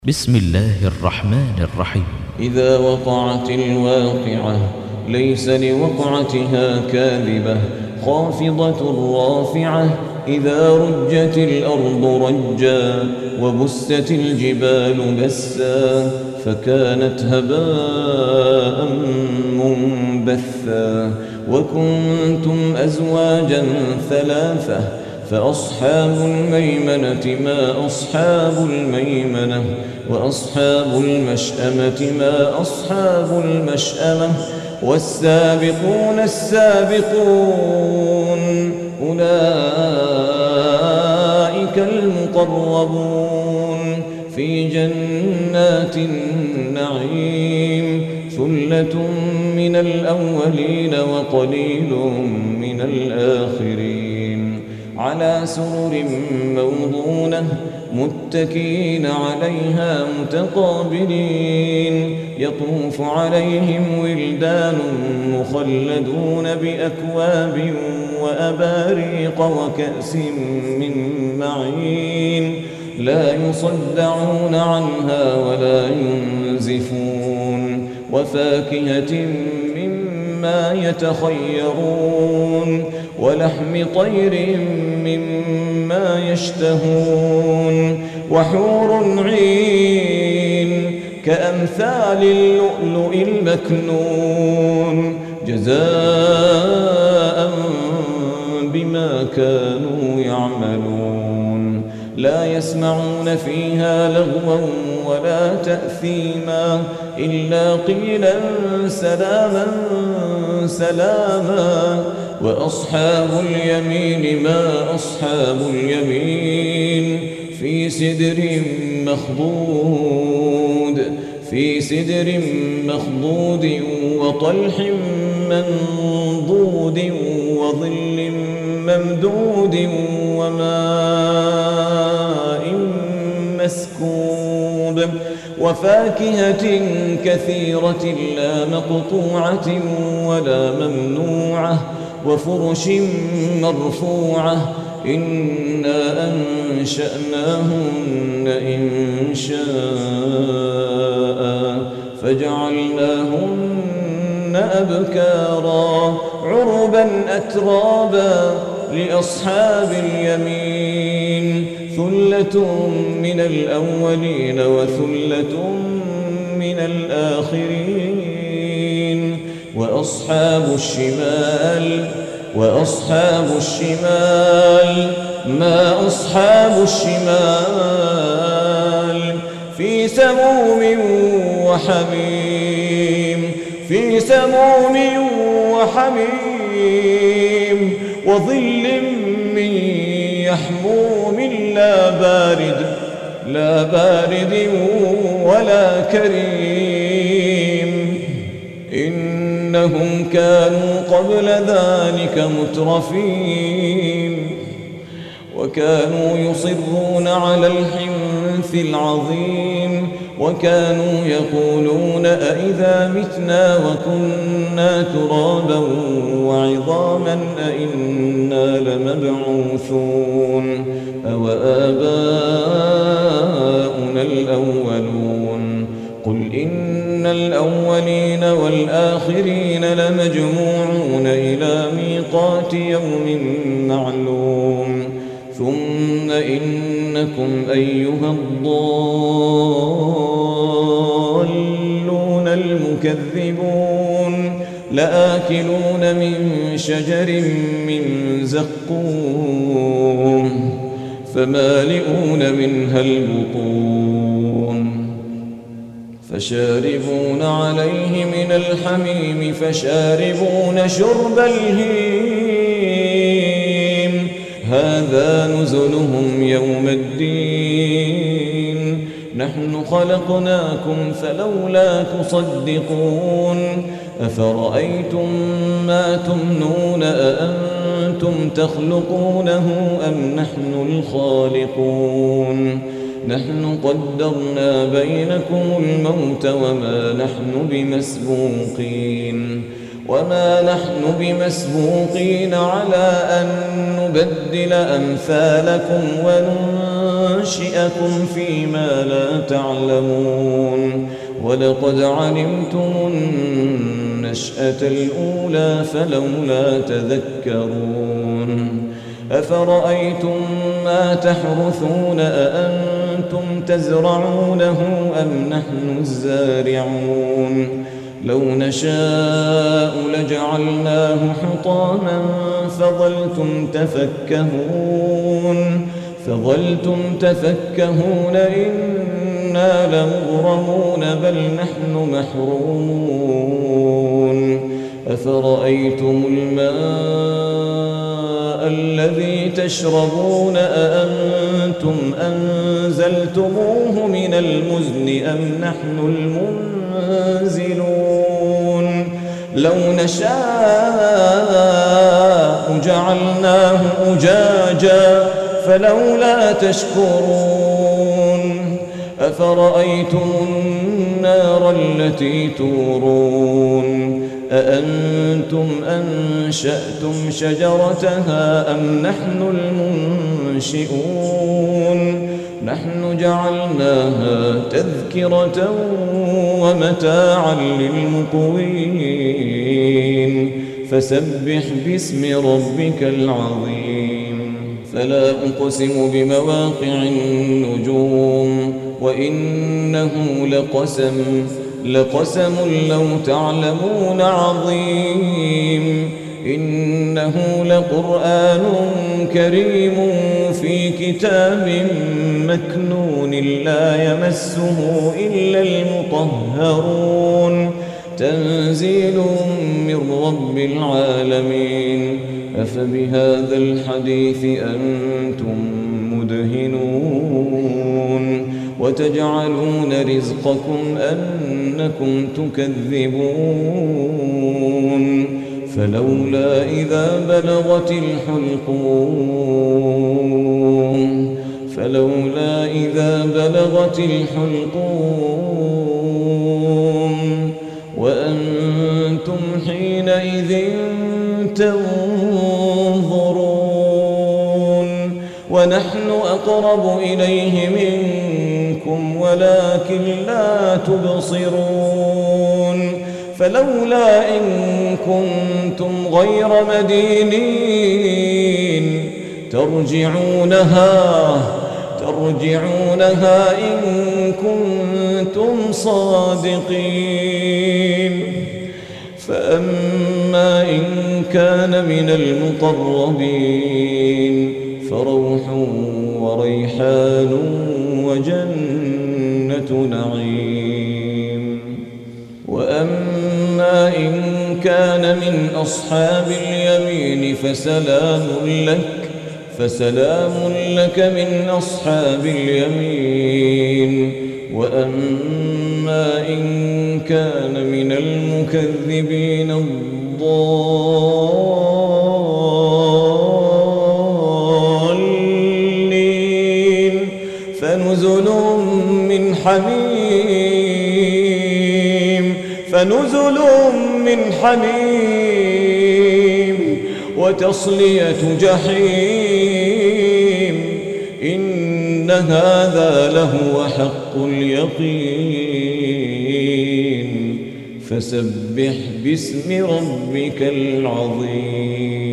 بسم الله الرحمن الرحيم. إذا وقعت الواقعة ليس لوقعتها كاذبة خافضة رافعة إذا رجت الأرض رجا وبست الجبال بسا فكانت هباء منبثا وكنتم أزواجا ثلاثة فأصحاب الميمنة ما أصحاب الميمنة وأصحاب المشأمة ما أصحاب المشأمة والسابقون السابقون أولئك المقربون في جنات النعيم ثلة من الأولين وقليل من الآخرين على سرر موضونة متكئين عليها متقابلين يطوف عليهم ولدان مخلدون بأكواب وأباريق وكأس من معين لا يصدعون عنها ولا ينزفون وفاكهة مما يتخيرون ولحم طير مما يشتهون وحور عين كأمثال اللؤلؤ المكنون جزاء بما كانوا يعملون لا يسمعون فيها لغوا ولا تأثيما إلا قيلا سلاما سلاما وأصحاب اليمين ما أصحاب اليمين في سدر مخضود وطلح منضود وظل ممدود وماء مسكوب وفاكهة كثيرة لا مقطوعة ولا ممنوعة وفرش مرفوعة إنا أنشأناهن إنشاء فجعلناهن أبكارا عربا أترابا لأصحاب اليمين ثلة من الأولين وثلة من الآخرين وأصحاب الشمال ما أصحاب الشمال في سموم وحميم وظل من يحموم لا بارد ولا كريم إنهم كانوا قبل ذلك مترفين وكانوا يصرون على الحنث العظيم وكانوا يقولون أئذا متنا وكنا ترابا وعظاما أئنا لمبعوثون أوآباؤنا الأولون قل إن الأولين والآخرين لمجموعون إلى ميقات يوم معلوم ثم إنكم أيها الضالون المكذبون لآكلون من شجر من زقوم فمالئون منها البطون فشاربون عليه من الحميم فشاربون شرب الهيم هذا نزلهم يوم الدين نحن خلقناكم فلولا تصدقون أفرأيتم ما تمنون أأنتم تخلقونه أم نحن الخالقون نحن قدرنا بينكم الموت وما نحن بمسبوقين على أن نبدل أمثالكم ينشئكم فيما لا تعلمون ولقد علمتم النشأة الأولى فلولا تذكرون أفرأيتم ما تحرثون أأنتم تزرعونه أم نحن الزارعون لو نشاء لجعلناه حطاما فظلتم تفكهون إنا لمغرمون بل نحن محرومون أفرأيتم الماء الذي تشربون أأنتم أنزلتموه من المزن أم نحن المنزلون لو نشاء جعلناه أجاجا فلولا تشكرون أفرأيتم النار التي تورون أأنتم أنشأتم شجرتها أم نحن المنشئون نحن جعلناها تذكرة ومتاعا للمقوين فسبح باسم ربك العظيم فلا أقسم بمواقع النجوم وإنه لقسم لو تعلمون عظيم إنه لقرآن كريم في كتاب مكنون لا يمسه إلا المطهرون تنزيل من رب العالمين أفبهذا الحديث أنتم مدهنون وتجعلون رزقكم أنكم تكذبون فلولا إذا بلغت الحلقوم وأنتم حينئذ تنظرون ونحن أقرب إليه منكم ولكن لا تبصرون فلولا إن كنتم غير مدينين ترجعونها إن كنتم صادقين فأما إن كان من المقربين فروح وريحان وجنة نعيم وأما إن كان من أصحاب اليمين فسلام لك من أصحاب اليمين وأما إن كان من المكذبين الضالين فنزل من حميم وتصلية جحيم إن هذا لهو حق اليقين فسبح باسم ربك العظيم